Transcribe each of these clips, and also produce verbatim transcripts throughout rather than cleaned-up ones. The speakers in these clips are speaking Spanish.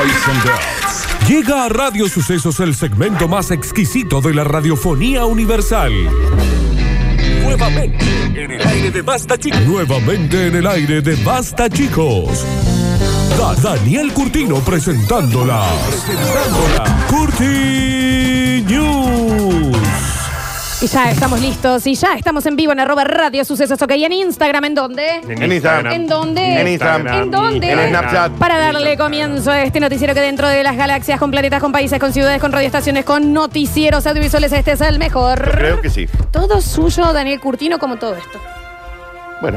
Boys and Girls. Llega a Radio Sucesos el segmento más exquisito de la radiofonía universal. Nuevamente en el aire de Basta Chicos. Nuevamente en el aire de Basta Chicos. Da Daniel Curtino presentándola. Presentándola. Curti News. Y ya estamos listos y ya estamos en vivo en arroba Radio Sucesos, ok. ¿Y en Instagram en dónde? En Instagram. ¿En dónde? En Instagram. ¿En dónde? En Snapchat. Para darle comienzo a este noticiero que dentro de las galaxias, con planetas, con países, con ciudades, con radioestaciones, con noticieros audiovisuales, este es el mejor. Yo creo que sí. Todo suyo, Daniel Curtino, como todo esto. Bueno.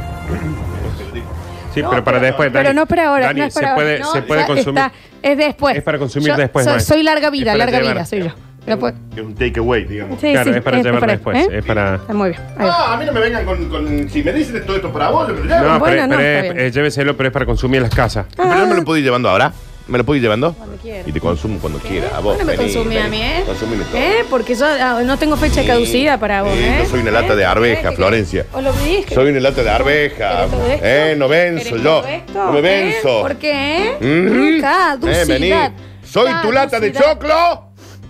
Sí, No, pero para pero- después, pero Dani. no para ahora, Dani, no es para se ahora. puede, No, se puede ya consumir. está, es después. Es para consumir Yo después, Soy, no es. soy larga Es vida, para larga llevar. vida, soy yo. Después. Es un takeaway, digamos. Sí, Claro, sí, es para llevar para- después. ¿eh? Es para. Está muy bien. Ahí va. Ah, a mí no me vengan con, con... Si me dicen todo esto para vos, yo me lo llevo. No, Bueno, pero, no, pero está es- bien. eh, lléveselo, pero es para consumir en las casas. Pero no me lo puedo ir llevando ahora. ¿Me lo puedo ir llevando? Cuando quiera. Y te consumo cuando quiera. A vos. Bueno, me vení, consumí a vení. mí, ¿eh? Consumime todo. ¿Eh? Porque yo ah, no tengo fecha Sí. caducida para vos, Sí, ¿eh? yo soy una lata ¿Eh? de arveja, ¿Eh? Florencia. ¿O lo pedís? Soy una lata de arveja. ¿Querés todo esto? Eh, no venzo ¿Querés yo. todo esto? No me ¿Eh? venzo. ¿Por qué? Mhm. Caducidad. Eh, vení. Soy tu lata de Caducidad. choclo.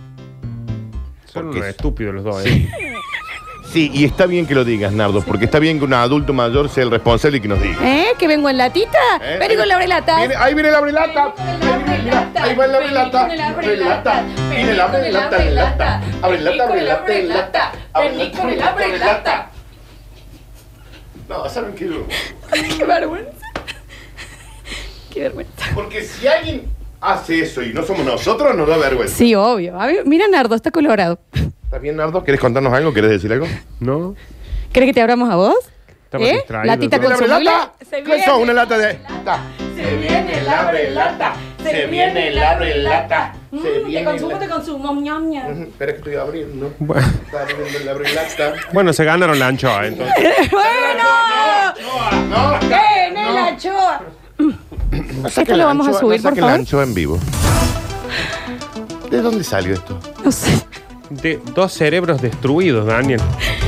Son Porque unos es- estúpidos los dos, ¿eh? Sí, y está bien que lo digas, Nardo, porque está bien que un adulto mayor sea el responsable y que nos diga. ¿Eh? ¿Que vengo en latita? ¿Eh? Vení con la abrelata. Viene- ahí viene la abrelata. Ahí viene, mira, ahí va la abrelata. Abrelata. Viene la abrelata, abrelata. Abrelata, abrelata, abrelata. Abrelata, abrelata, abrelata. No, ¿saben qué? Qué vergüenza. Qué vergüenza. Porque si alguien hace eso y no somos nosotros, nos da vergüenza. Sí, obvio. A ver, mira, Nardo, está colorado. ¿Estás bien, Nardo? ¿Querés contarnos algo? ¿Querés decir algo? ¿No? ¿Querés que te abramos a vos? Estamos ¿Eh? distraídos. Latita ¿Viene la consumible. abrelata? Se ¿Qué sos? Una lata de... Se viene la abrelata. Se viene la abrelata. Se Mm, te viene consumo, la- te consumo. Ñam, ñam. Ujú, Espera que estoy abriendo. Bueno, Está abriendo la abrelata. bueno, se ganaron la anchoa, entonces. ¡Bueno! No, ¿Qué? En el anchoa. Esto lo vamos a subir, por el favor. ancho en vivo. ¿De dónde salió esto? No sé. De dos cerebros destruidos, Daniel.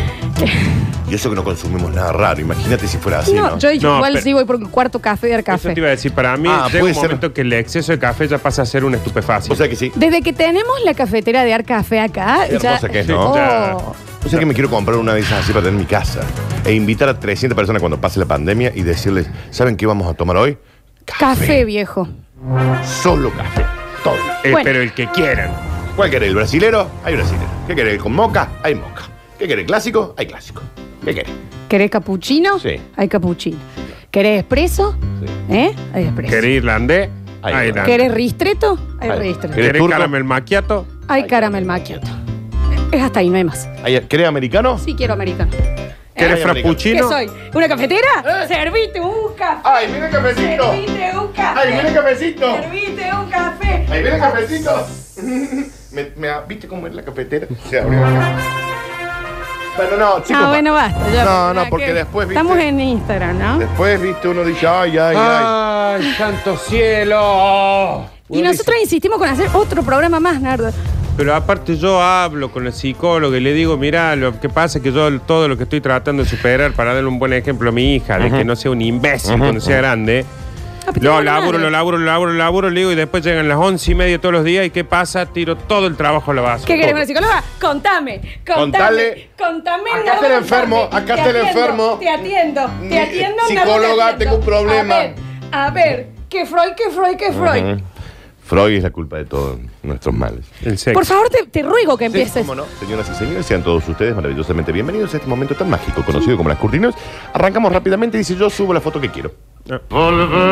Y eso que no consumimos nada raro. Imagínate si fuera así, No, ¿no? yo No, igual pero- sí voy por el cuarto café del Eso café. te iba a decir, para mí Ah, llega puede un ser. momento que el exceso de café ya pasa a ser un O estupefacio. sea que sí. Desde que tenemos la cafetera de Arcafé acá, Qué ya... hermosa que es, Sí, ¿no? ya. Oh. O sea que me quiero comprar una de esas así para tener en mi casa. E invitar a trescientas personas cuando pase la pandemia y decirles, ¿saben qué vamos a tomar hoy? Café, viejo. Solo café. Todo. Eh, Bueno. Pero el que quieran. ¿Cuál querés? ¿El brasilero? Hay brasilero. ¿Qué querés? ¿El con moca? Hay moca. ¿Qué querés? ¿Clásico? Hay clásico. ¿Qué querés? ¿Querés capuchino? Sí. Hay capuchino. ¿Querés expreso? Sí. ¿Eh? Hay expreso. ¿Querés irlandés? Ahí Hay va. irlandés. ¿Querés ristreto? Hay Ahí. ristreto. ¿Querés ¿Querés turco? caramel macchiato? Hay caramel macchiato. Es hasta ahí, no hay más. Hay- ¿Querés americano? Sí quiero americano. ¿Querés Ay, ¿Qué frappuccino? soy? ¿Una cafetera? ¿Eh? Servite un café. ¡Ay, viene el cafecito! Servite un café. ¡Ay, viene el cafecito! Servite un café. ¡Ahí viene el cafecito! me, me, ¿Viste cómo es la cafetera? Se abrió acá. Bueno, no, chicos. Ah, bueno, basta. ya. No, no, Ya porque que después, ¿viste? Estamos en Instagram, ¿no? Después, viste, uno dice, ay, ay, ay. ¡Ay, santo cielo! Y Uno nosotros dice, insistimos con hacer otro programa más, Nardo. pero aparte yo hablo con el psicólogo y le digo, mira, lo que pasa es que yo todo lo que estoy tratando de superar para darle un buen ejemplo a mi hija, de que no sea un imbécil cuando sea grande. Ah, pero Lo tiene buena laburo, madre. lo laburo, lo laburo, lo laburo, le digo, y después llegan las once y media todos los días, ¿y qué pasa? Tiro todo el trabajo a la base. ¿Qué querés una psicóloga? Contame, Contale. contame, contame. Acá Nardo, está el enfermo, contame. acá Te está el atiendo, enfermo. Te atiendo, Mi- te atiendo, Nardo, psicóloga, te atiendo. tengo un problema. A ver, a ver, que Freud, que Freud, que Freud. Ujú. Freud es la culpa de todos nuestros males. El sexo. Por favor, te, te ruego que Sí, empieces. cómo no. Señoras y señores, sean todos ustedes maravillosamente bienvenidos a este momento tan mágico, conocido como las Curtinos. Arrancamos rápidamente, dice, yo subo la foto que quiero. Como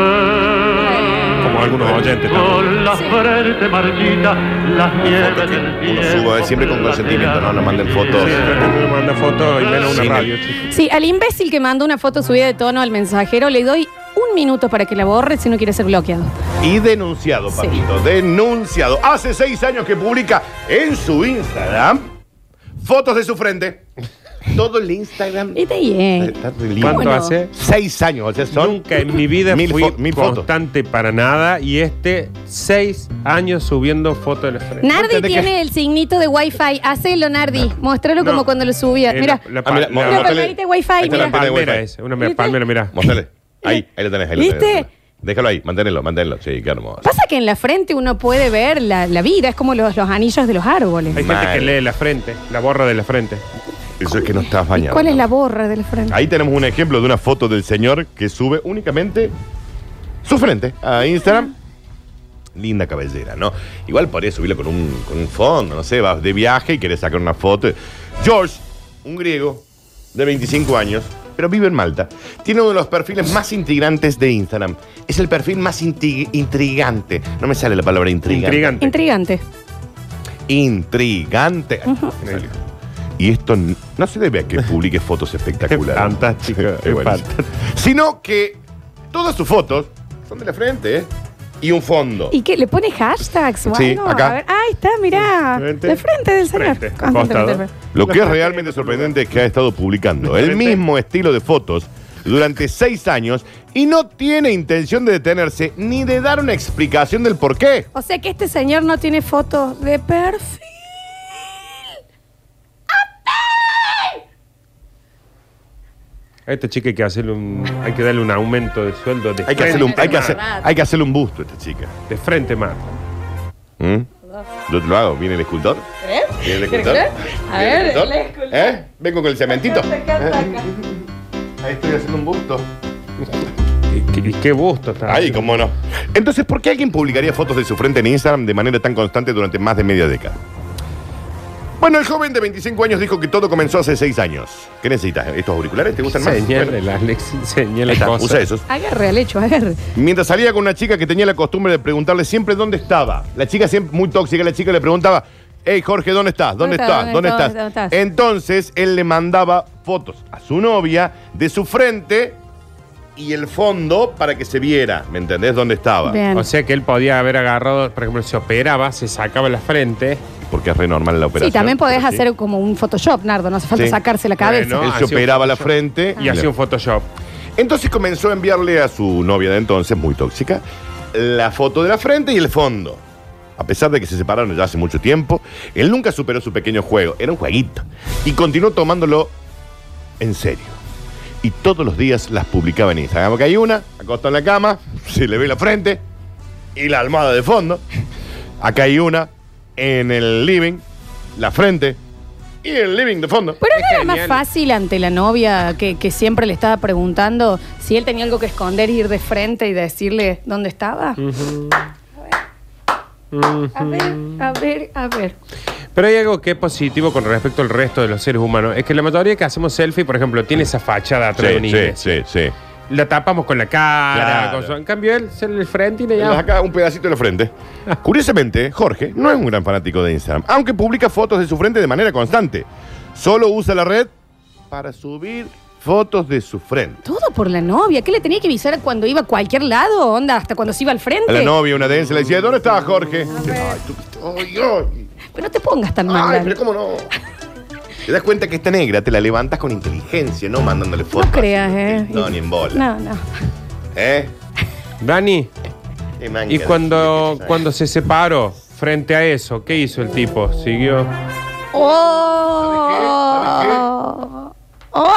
algunos oyentes también. Con la frente marchita, las nieves del Uno tiempo. subo, eh, siempre con consentimiento, no, no manden fotos. Sí, pero no me manda foto y menos una Sí, radio, me- chicos. Sí, al imbécil que manda una foto subida de tono al mensajero le doy un minuto para que la borre si no quiere ser bloqueado. Y denunciado, Sí. papito, denunciado. Hace seis años que publica en su Instagram fotos de su frente. Todo el Instagram. Y te bien. Está re lindo. ¿Cuánto Bueno. hace? Seis años, o sea, son. Nunca en mi vida mil fui fo- mil fotos. constante para nada y este seis años subiendo fotos de la frente. Nardi ¿Entendés tiene que- el signito de Wi-Fi. Hacelo, Nardi. Mostralo No. como cuando lo subía. Eh, Mira. La, la, Ah, mira, la- mo- Una mostrale. palmerita de Wi-Fi, Ahí está mira. la pantalla de palmera Wi-Fi. es, una ¿Viste? palmera, mira. Mostrale. Ahí, ahí lo tenés. Ahí lo ¿Viste? tenés. Déjalo ahí, manténlo, manténlo. Sí, qué hermoso. Pasa que en la frente uno puede ver la, la vida, es como los, los anillos de los árboles. Hay Mal. gente que lee la frente, la borra de la frente. Eso es que no estás bañado. ¿Cuál es ¿no? la borra de la frente? Ahí tenemos un ejemplo de una foto del señor que sube únicamente su frente a Instagram. Linda cabellera, ¿no? Igual podría subirlo con un, con un fondo, no sé, vas de viaje y querés sacar una foto. George, un griego de veinticinco años, pero vive en Malta. Tiene uno de los perfiles más intrigantes de Instagram. Es el perfil más inti- intrigante. No me sale la palabra intrigante. Intrigante. Intrigante. Intrigante. Y esto n- no se debe a que publique fotos espectaculares. Fantástico. Es buenísimo. Sino que todas sus fotos son de la frente, ¿eh? Y un fondo. ¿Y qué? ¿Le pone hashtags o Sí, algo? acá. A ver, ahí está, mirá. Frente. De frente del señor. Frente, Constantemente. costado. Lo que es realmente sorprendente es que ha estado publicando el mismo estilo de fotos durante seis años y no tiene intención de detenerse ni de dar una explicación del por qué. O sea que este señor no tiene fotos de perfil. A esta chica hay que hacerle un, hay que darle un aumento de sueldo de Hay que, frente, hacerle un, hay, que más. hacer, hay que hacerle un busto a esta chica. De frente más. ¿Mm? Yo te lo hago. ¿Viene el escultor? ¿Eh? ¿Viene el escultor? A ¿Viene ver, escultor? el escultor. ¿Eh? Vengo con el cementito. Acá, acá, acá. Ahí estoy haciendo un busto. Y qué, y qué gusto está. Ahí, cómo no. Entonces, ¿por qué alguien publicaría fotos de su frente en Instagram de manera tan constante durante más de media década? Bueno, el joven de veinticinco años dijo que todo comenzó hace seis años. ¿Qué necesitas? ¿Estos auriculares te gustan más? Señale, Bueno, Alex, señale ahí está, cosas. usa esos. Agarre al hecho, agarre. Mientras salía con una chica que tenía la costumbre de preguntarle siempre dónde estaba. La chica siempre muy tóxica, la chica le preguntaba, hey Jorge, ¿dónde estás? ¿Dónde, ¿Dónde estás? estás? ¿Dónde ¿Dónde estás? estás? ¿Dónde estás? Entonces él le mandaba fotos a su novia de su frente y el fondo para que se viera, ¿me entendés? ¿Dónde estaba? Bien. O sea que él podía haber agarrado, por ejemplo, se operaba, se sacaba la frente. Porque es re normal la operación. Sí, también podés pero sí. hacer como un Photoshop, Nardo. No hace falta Sí. sacarse la cabeza. Bueno. Él se hacía un operaba la Photoshop. frente Y hacía un Photoshop. Entonces comenzó a enviarle a su novia de entonces, muy tóxica, la foto de la frente y el fondo. A pesar de que se separaron ya hace mucho tiempo, él nunca superó su pequeño juego. Era un jueguito. Y continuó tomándolo en serio. Y todos los días las publicaba en Instagram. Acá hay una, acostado en la cama, se le ve la frente y la almohada de fondo. Acá hay una, en el living, la frente y el living de fondo. Pero Es no era más genial. fácil ante la novia que, que siempre le estaba preguntando si él tenía algo que esconder, ir de frente y decirle dónde estaba. A ver, a ver, a ver. Pero hay algo que es positivo con respecto al resto de los seres humanos. Es que la mayoría que hacemos selfie, por ejemplo, tiene esa fachada atrás de una Sí, sí, iglesia. sí, sí. La tapamos con la cara. Claro. con su- En cambio, él se le el frente y le Le llama. acá un pedacito de la frente. Curiosamente, Jorge no es un gran fanático de Instagram, aunque publica fotos de su frente de manera constante. Solo usa la red para subir fotos de su frente. Todo por la novia. ¿Qué le tenía que avisar cuando iba a cualquier lado? ¿Onda? Hasta cuando se iba al frente. A la novia, una densa, le decía, ¿dónde estás, Jorge? Ay, tú, ay, ay, Pero no te pongas tan mal. ay, Dani. pero cómo no. Te das cuenta que esta negra te la levantas con inteligencia, no mandándole fotos. No creas, así, ¿eh? No, ni en bola. No, no. ¿Eh? Dani, Qué manga y de cuando, chiquita, cuando se separó, frente a eso, ¿qué hizo el tipo? ¿Siguió? ¡Oh! ¡Oh!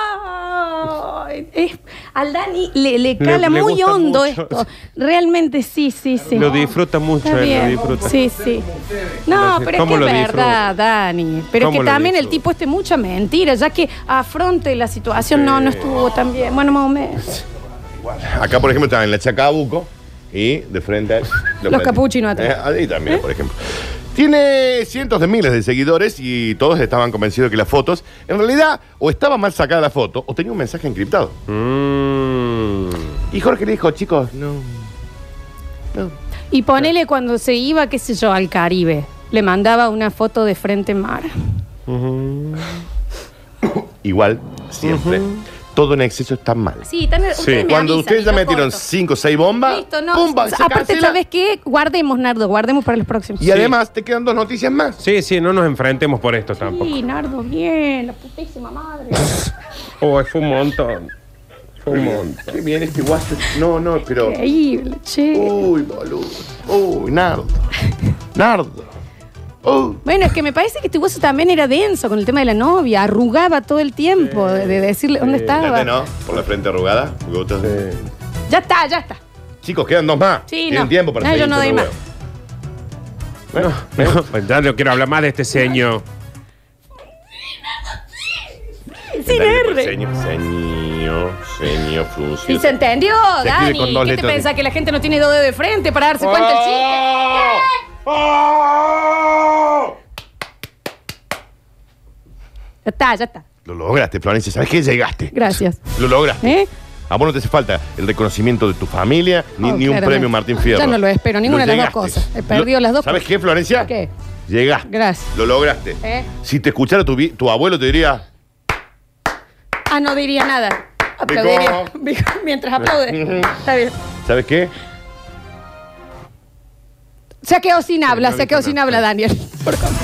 Es- al Dani le, le cala le muy gusta hondo mucho. esto. Realmente sí, sí, sí. Lo disfruta mucho, Está él lo bien. disfruta. Sí, sí. No, Lo- pero es ¿cómo que lo es disfruta? verdad, Dani. Pero es ¿Cómo que lo también el disfruta? tipo este mucha mentira, ya que afronte la situación no, no estuvo tan bien. Bueno, más o menos. Acá, por ejemplo, estaba en la Chacabuco y de frente a él, Los capuchinos atrás. Eh, ahí también, por ejemplo. Tiene cientos de miles de seguidores y todos estaban convencidos de que las fotos, en realidad, o estaba mal sacada la foto o tenía un mensaje encriptado. Mm. Y Jorge le dijo, chicos, no. No. Y ponele cuando se iba, qué sé yo, al Caribe. Le mandaba una foto de frente mar. Igual, siempre. Todo en exceso está mal. Sí, tan, ustedes me Cuando avisan ustedes y ya yo metieron corto. cinco o seis bombas, Listo, no. ¡pumba! Se Aparte, cancela. ¿sabes qué? Guardemos, Nardo, guardemos para los próximos. Y además te quedan dos noticias más. Sí, sí, no nos enfrentemos por esto tampoco. Sí, Nardo, bien, la putísima madre. Oh, fue un montón. Fue un montón. Qué bien este guasto. No, no, pero. Increíble, che. Uy, boludo. Uy, Nardo. Nardo. Uy. Bueno, es que me parece que este hueso también era denso con el tema de la novia. Arrugaba todo el tiempo de, de decirle dónde estaba. Fíjate, ¿no? Por la frente arrugada. Gotas de. Ya está, ya está. Chicos, quedan dos más. Sí, Tienen no. tiempo para No, seguir yo no doy hinchando más. huevos. Bueno, No, pues ya no quiero hablar más de este señor. Sin dale, pues, R. Señor, señor, señor, fruncio. ¿Sí se entendió, Se escribe Dani? con dos ¿Qué te letras. pensás? ¿Que la gente no tiene dos dedos de frente para darse cuenta del chiste? ¡Oh! Ya está, ya está. Lo lograste, Florencia. ¿Sabes qué? Llegaste. Gracias. Lo lograste. ¿Eh? A vos no te hace falta el reconocimiento de tu familia ni, Oh, ni un claramente. premio Martín Fierro. Ya no lo espero, ninguna Lo de las dos llegaste. cosas. He perdido Lo- las dos ¿Sabes cosas. qué, Florencia? ¿Qué? Llegaste. Gracias. Lo lograste. ¿Eh? Si te escuchara tu, vi- tu abuelo, te diría... Ah, no diría nada. Aplaudiría. Mientras aplaude. Está bien. ¿Sabes qué? Se quedó sin habla, no se quedó dijo sin nada. habla, Daniel. Por favor.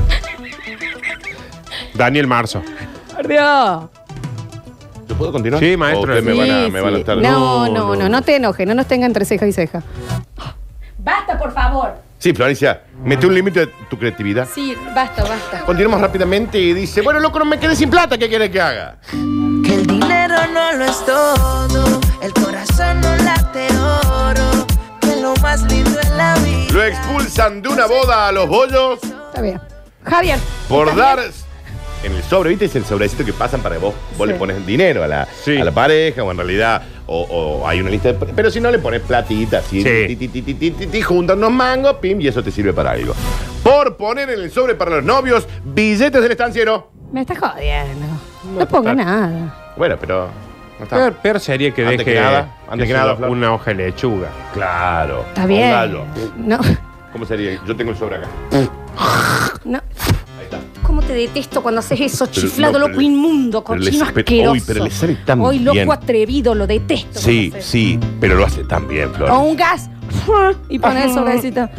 Daniel Marzo. Por Dios. ¿Yo puedo continuar? Sí, maestro. ¿O ustedes me, Sí, van a, sí. me van a estar... No, no, no, no te enojes, no nos tenga entre ceja y ceja. Basta, por favor. Sí, Florencia, mete un límite a tu creatividad. Sí, basta, basta. Continuamos rápidamente y dice, bueno, loco, no me quedé sin plata, ¿qué quieres que haga? Que el dinero no lo es todo, el corazón no late oro, que lo más lindo en la vida. Lo expulsan de una boda a los bollos Está bien. Javier. por ¿estás dar... bien? En el sobre, ¿viste? Es el sobrecito que pasan para que vos, vos Sí. le pones dinero a la, Sí. a la pareja, o en realidad, o, o hay una lista de... Pero si no, le pones platita, así, Sí. ti, ti, ti, ti, ti, ti, ti, juntan unos mangos, pim, y eso te sirve para algo. Por poner en el sobre para los novios billetes del estanciero. Me estás jodiendo. No, ponga está- nada. Bueno, pero... No está. Peor, peor sería que Antes deje que nada, antes que sea nada, Flor. una hoja de lechuga. Claro. Está bien. Póngalo. No, ¿Cómo sería? Yo tengo el sobre acá. no. Ahí está. ¿Cómo te detesto cuando haces eso, Pero, chiflado, no, pero loco, le- inmundo, pero le- cochino pero- asqueroso? uy, pero le sale tan Hoy, loco bien. atrevido, lo detesto. Sí, cuando haces. sí, pero lo hace tan bien, Flor. O un gas y poner el sobrecito.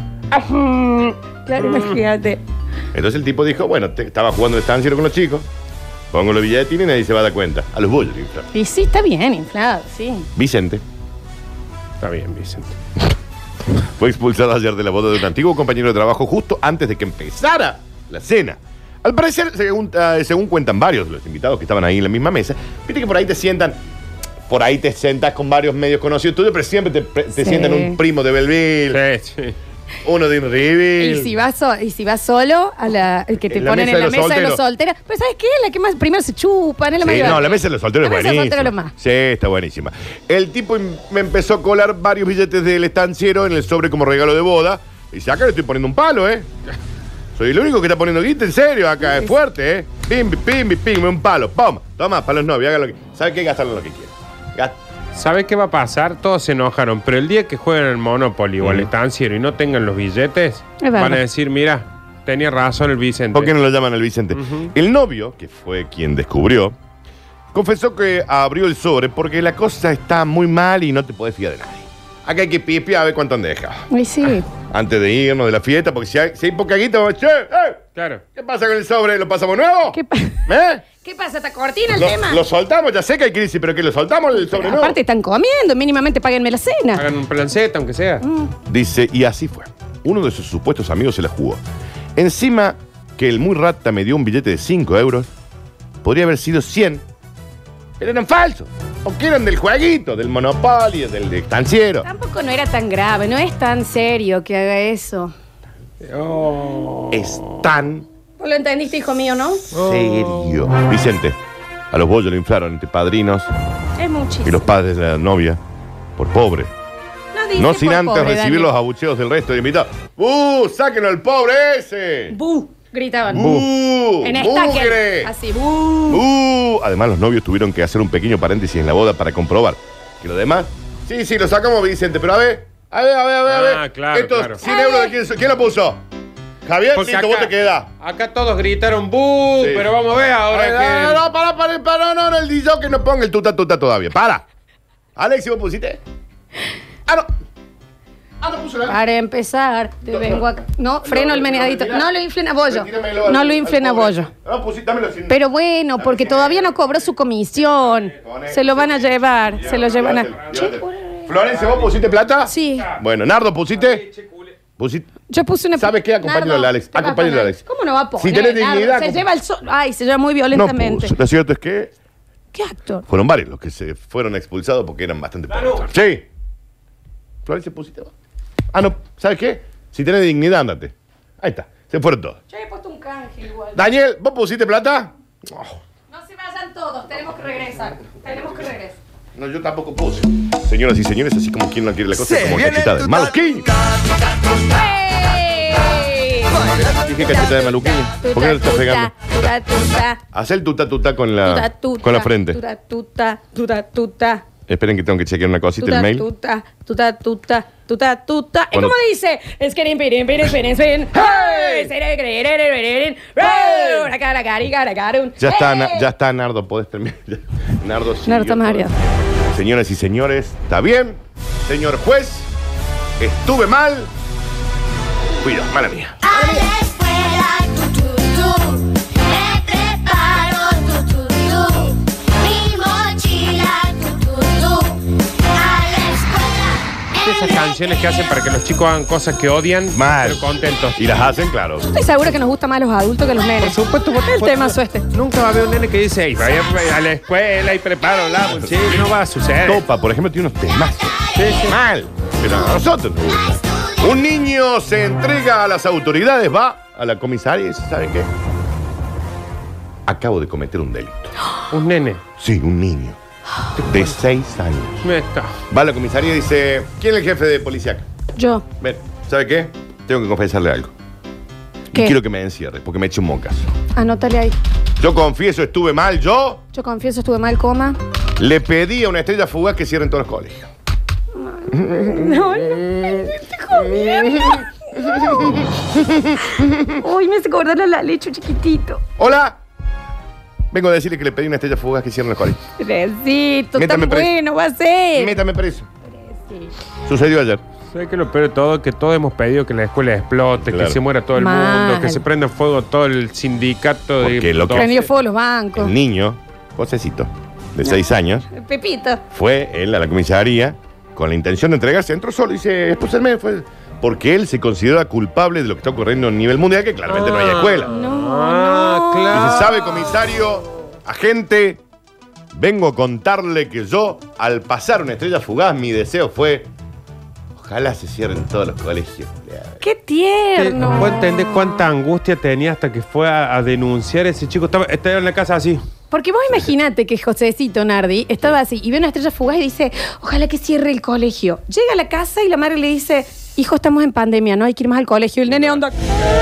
Claro, imagínate. Entonces el tipo dijo, bueno, te- estaba jugando el estanciero con los chicos, pongo los billetes y nadie se va a dar cuenta. A los bollos, inflar. Y sí, está bien, inflado, sí. Vicente Está bien, Vicente. fue expulsado ayer de la boda de un antiguo compañero de trabajo justo antes de que empezara la cena. Al parecer, según, eh, según cuentan varios de los invitados que estaban ahí en la misma mesa, viste que por ahí te sientan, por ahí te sentas con varios medios conocidos tuyos, pero siempre te, pre- te Sí. sientan un primo de Belville, Sí, sí. uno de Unreveal. Y si vas so- y si vas solo a la el que te En la ponen mesa en de la los mesa de los solteros. solteros, pues ¿sabes qué? La que más primero se chupan, es la más Sí, no, divertida. la mesa de los solteros La es mesa de los buenísima. solteros es lo más. Sí, está buenísima. El tipo em- me empezó a colar varios billetes del estanciero en el sobre como regalo de boda. Y dice, acá le estoy poniendo un palo, ¿eh? Soy el único que está poniendo guita, en serio, acá, es fuerte, ¿eh? Pim, pim, pim, pim, un palo, pum. Toma, para los novios, hagan lo que... ¿Sabe qué? Gastarlo en lo que quieran. Gast- ¿Sabes qué va a pasar? Todos se enojaron, pero el día que jueguen el Monopoly o al Mm. estanciero y no tengan los billetes, verdad. van a decir, mira, tenía razón el Vicente. ¿Por qué no lo llaman al Vicente? Ujú. El novio, que fue quien descubrió, confesó que abrió el sobre porque la cosa está muy mal y no te podés fiar de nadie. Acá hay que pipiar a ver cuánto han dejado. Y sí. Antes de irnos de la fiesta, porque si hay, si hay poca guita, vamos, che, eh, Claro. ¿qué pasa con el sobre? ¿Lo pasamos nuevo? ¿Qué, pa- ¿Eh? ¿Qué pasa? ¿Está cortina el Lo, tema? lo soltamos, ya sé que hay crisis, pero que lo soltamos el sobre Pero nuevo. aparte están comiendo, mínimamente páguenme la cena. Hagan un planceta, aunque sea. Dice, y así fue. Uno de sus supuestos amigos se la jugó. Encima que el muy rata me dio un billete de cinco euros, podría haber sido cien, pero eran falsos. O que eran del jueguito, del Monopoly, del estanciero. Tampoco no era tan grave, no es tan serio que haga eso. Oh. Es tan ¿Vos lo entendiste, hijo mío, no? serio. Vicente, a los bollos lo inflaron entre padrinos Es muchísimo. y los padres de la novia, por pobre. No, dice No sin por antes pobre, recibir Daniel. los abucheos del resto de invitados. ¡Uh! ¡Sáquenlo al pobre ese! Bu, gritaban. ¡Uh! En esta ¡Mugre! así, bu. ¡Uh! Además, los novios tuvieron que hacer un pequeño paréntesis en la boda para comprobar que lo demás. Sí, sí, lo sacamos, Vicente, pero a ver, a ver, a ver, a ver. a ver. Ah, claro, Estos claro. cien euros de quién, son- ¿quién lo puso? Javier, Porque listo, vos te quedás. acá todos gritaron ¡bu! Sí. Pero vamos a ver ahora A ver, que... No, no, para, para, para, no, no, el D J que no ponga el tuta, tuta todavía. ¡Para! Alexi, ¿vos pusiste? Ah, no. Ah, no puso nada. Para empezar, te No, vengo no. acá. No, freno el meneadito. retira- No lo inflen a bollo. retíramelo al- No lo al inflen a pobre. bollo. No, pusiste, dámelo sin... Pero bueno, Dame porque sin- todavía no cobró su comisión. Se lo van a llevar, se lo llevan a... Che, Florencia, ¿vos pusiste plata? Sí. Bueno, Nardo, ¿pusiste? Pusiste... Yo puse una... ¿Sabes qué? Acompáñalo Nardo, al Alex. te va a Acompáñalo al poner. Alex. ¿Cómo no va a poner? Si tenés Nardo? dignidad, Se compa- lleva el sol... Ay, se lleva muy No violentamente. puso. Lo cierto es que ¿Qué actor? fueron varios los que se fueron expulsados porque eran bastante pobres. Sí. Florencia, pusiste vos. Ah, no, ¿sabes qué? Si tenés dignidad, ándate. Ahí está, se fueron todos. Yo he puesto un canje igual. Daniel, ¿vos pusiste plata? Oh. No se vayan todos, tenemos que regresar. Tenemos que regresar. No, yo tampoco puse. Señoras y señores, así como quien no quiere la cosa, como cachetada de Maluquín. Dije cachetada de Maluquín. ¿Por qué no estás pegando? Haz el tuta tuta con la, con la frente. Tuta tuta, tuta tuta. Esperen que tengo que chequear una cosita, el mail. Tuta, tuta, tuta, tuta, tuta. ¿Y Cuando- cómo dice? Es que pirin, pirin, pirin, pirin. ¡Hey! Ya está, Na- ya está, Nardo, podés terminar. Nardo, sí, Nardo está yo- mareado. Señoras y señores, ¿está bien? Señor juez, estuve mal. Fui yo, mala mía. A la escuela, tu, tu, tu, me preparo, tu, tu, tu, mi mochila, tu, tu, tu, a la escuela. Esas canciones que hacen para que los chicos hagan cosas que odian, Mal. pero contentos. Y las hacen, claro. Estoy segura que nos gusta más los adultos que los nenes. Por supuesto, vos- El vos- temazo este. Nunca va a haber un nene que dice, "Ey, vaya a la escuela y preparo la mochila". No va a suceder. Topa, por ejemplo, tiene unos temazos. Mal. Pero a nosotros nos gusta. Un niño se entrega a las autoridades, va a la comisaria y dice, ¿saben qué? Acabo de cometer un delito. Un nene. Sí, un niño. De seis años. Me está. Va a la comisaría y dice, ¿quién es el jefe de policía acá? Yo. Ven, ¿sabe qué? Tengo que confesarle algo. ¿Qué? Y quiero que me encierre, porque me eche un mocazo. Anótale ahí. Yo confieso, estuve mal. Yo Yo confieso, estuve mal, coma. le pedí a una estrella fugaz que cierren todos los colegios. No, no, me estoy comiendo. Uy, me hace acordar la leche chiquitito. Hola. Vengo a decirle que le pedí a una estrella fugaz que cierren los colegios. Recito, Métame tan preso. bueno va a ser. Métame preso. Sucedió ayer. ¿Sabes qué lo peor de todo? Que todos hemos pedido que la escuela explote, Claro. que se muera todo el Mal. mundo, que se prenda fuego todo el sindicato Porque de... lo que- Prendió fuego los bancos. El niño, Josecito, de seis años, Pepito. fue él a la comisaría con la intención de entregarse. Entró solo y dice, expulsarme. Fue porque él se considera culpable de lo que está ocurriendo a nivel mundial, que claramente no hay escuela. No, Ah, no. claro. Dice, ¿sabe, comisario? Agente, vengo a contarle que yo, al pasar una estrella fugaz, mi deseo fue, ojalá se cierren todos los colegios. Qué Te- tierno. ¿Vos entendés cuánta angustia tenía hasta que fue a, a denunciar a ese chico? Estaba, estaba en la casa así. Porque vos imaginate que Josecito Nardi estaba así y ve una estrella fugaz y dice, ojalá que cierre el colegio. Llega a la casa y la madre le dice, hijo, estamos en pandemia, no hay que ir más al colegio. Y el nene onda,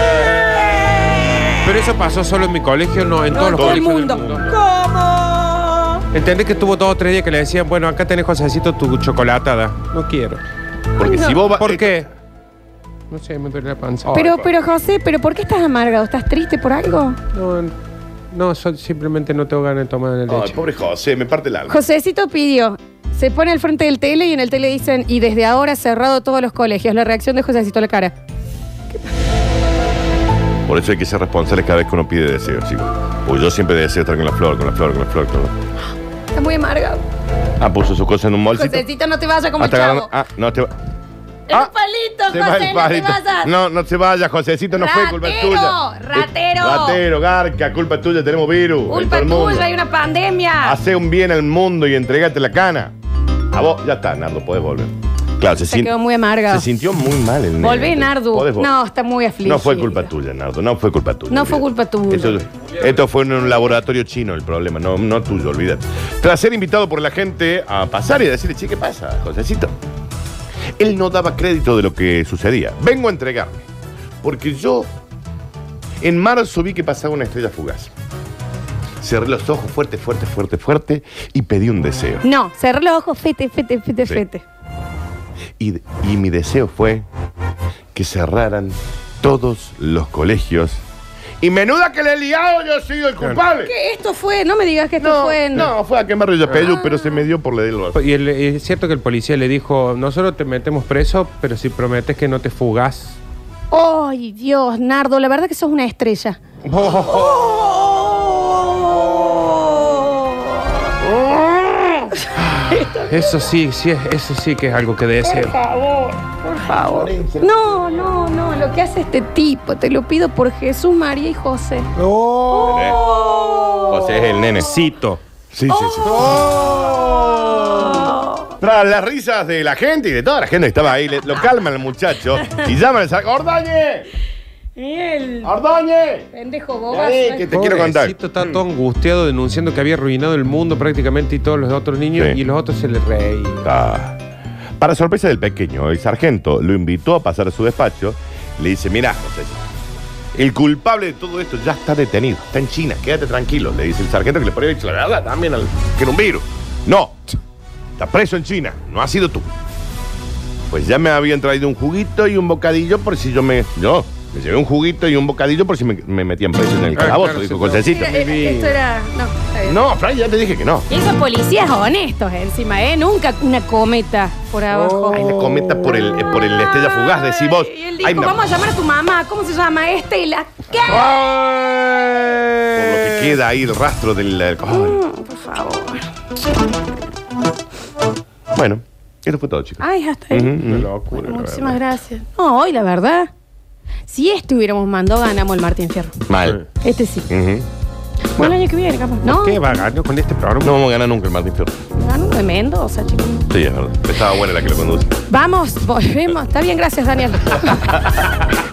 Pero eso pasó solo en mi colegio, no en todos los todo el colegios mundo. del mundo. ¿Cómo? ¿Entendés que tuvo dos o tres días que le decían, bueno, acá tenés, Josecito, tu chocolatada? No quiero. Porque Ay, no. si vos vas... ¿Por qué? No sé, me duele la panza. Pero, pero José, ¿pero por qué estás amargado? ¿Estás triste por algo? No, no, so- simplemente no tengo ganas de tomar la Ay, leche. pobre José, me parte el alma. Josecito pidió, se pone al frente del tele y en el tele dicen, y desde ahora cerrado todos los colegios. La reacción de Josecito a la cara. Por eso hay que ser responsable cada vez que uno pide deseos, chicos. Porque yo siempre deseo estar con la flor, con la flor, con la flor. Con la... Está muy amargado. Ah, puso su cosa en un bolsito. Josecito, no te vayas como Ah, el está chavo. agarrando- Ah, no te va... El Ah, palito, se va José, el no te palito. vayas. No, no se vaya, Josecito, no fue culpa Ratero, tuya. ratero. Eh, Ratero, garca, culpa tuya, tenemos virus. en Culpa todo el mundo. tuya, hay una pandemia. Hace un bien al mundo y entregate la cana. A vos, ya está, Nardo, podés volver. Claro, se, Se sin- quedó muy amargado. se sintió muy mal el nene. Volvé, Nardu. Podés volver. No, está muy afligido. No fue culpa tuya, Nardo, no fue culpa tuya. No fue olvídate. culpa tuya. Esto, esto fue en un laboratorio chino el problema, no, no tuyo, olvídate. Tras ser invitado por la gente a pasar y a decirle, che, ¿qué pasa, Josecito? Él no daba crédito de lo que sucedía. Vengo a entregarme. Porque yo en marzo vi que pasaba una estrella fugaz. Cerré los ojos fuerte, fuerte, fuerte, fuerte y pedí un deseo. No, cerré los ojos, fete, fete, fete, Sí. fete. Y, y mi deseo fue que cerraran todos los colegios. Y menuda que le he liado, yo soy el culpable. ¿Qué? Esto fue, no me digas que esto No, fue en... no, fue a quemar el Yapeyú, pero se me dio por le del Y el- es cierto que el policía le dijo, nosotros te metemos preso, pero si prometes que no te fugás. Ay, Dios, Nardo, la verdad que sos una estrella. Eso sí, sí, es- eso sí que es algo que deseo. Por favor, por favor. No, no, no, lo que hace este tipo, te lo pido por Jesús, María y José. José es el nene. Cito. Sí, sí, sí. Oh. Tras las risas de la gente y de toda la gente que estaba ahí, le- lo calman al muchacho y llaman al sargento. ¡Ordóñez! El ¡Ordóñez! pendejo bobazo. Vení, que te quiero contar. Pobrecito, está todo angustiado denunciando que había arruinado el mundo prácticamente y todos los otros niños Sí. y los otros se le reían. Ah. Para sorpresa del pequeño, el sargento lo invitó a pasar a su despacho. Le dice, mirá, José, el culpable de todo esto ya está detenido. Está en China, quédate tranquilo. Le dice el sargento que le podría haber dicho la verdad también al, que era un virus. No, está preso en China, no ha sido tú. Pues ya me habían traído un juguito y un bocadillo por si yo me... Yo me llevé un juguito y un bocadillo por si me, me metían preso en el Ah, calabozo, claro, dijo sí, Josecito. Era- era- esto era. No, está bien. No, Fray, ya te dije que no. Y esos policías honestos encima, ¿eh? Nunca una cometa por abajo. Ay, la cometa por el, eh, por el estrella fugaz, decís vos. Y él dijo, Ay, me- vamos a llamar a tu mamá. ¿Cómo se llama? Estela. ¿Qué? Por lo que queda ahí el rastro del alcohol. Mm, por favor. Bueno, eso fue todo, chicos. Ay, hasta ahí. Ujú, Una ujú. locura. la Muchísimas verdad. gracias. No, hoy la verdad. Si este hubiéramos mandado, ganamos el Martín Fierro. Mal. Este sí. Ujú. Bueno, el año que viene, capaz. No, ¿Qué va a ganar con este programa? No vamos a ganar nunca el Martín Fierro. ganó uno de Mendoza, chicos. Sí, es verdad. Estaba buena la que lo conduce. Vamos, volvemos. Está bien, gracias, Daniel.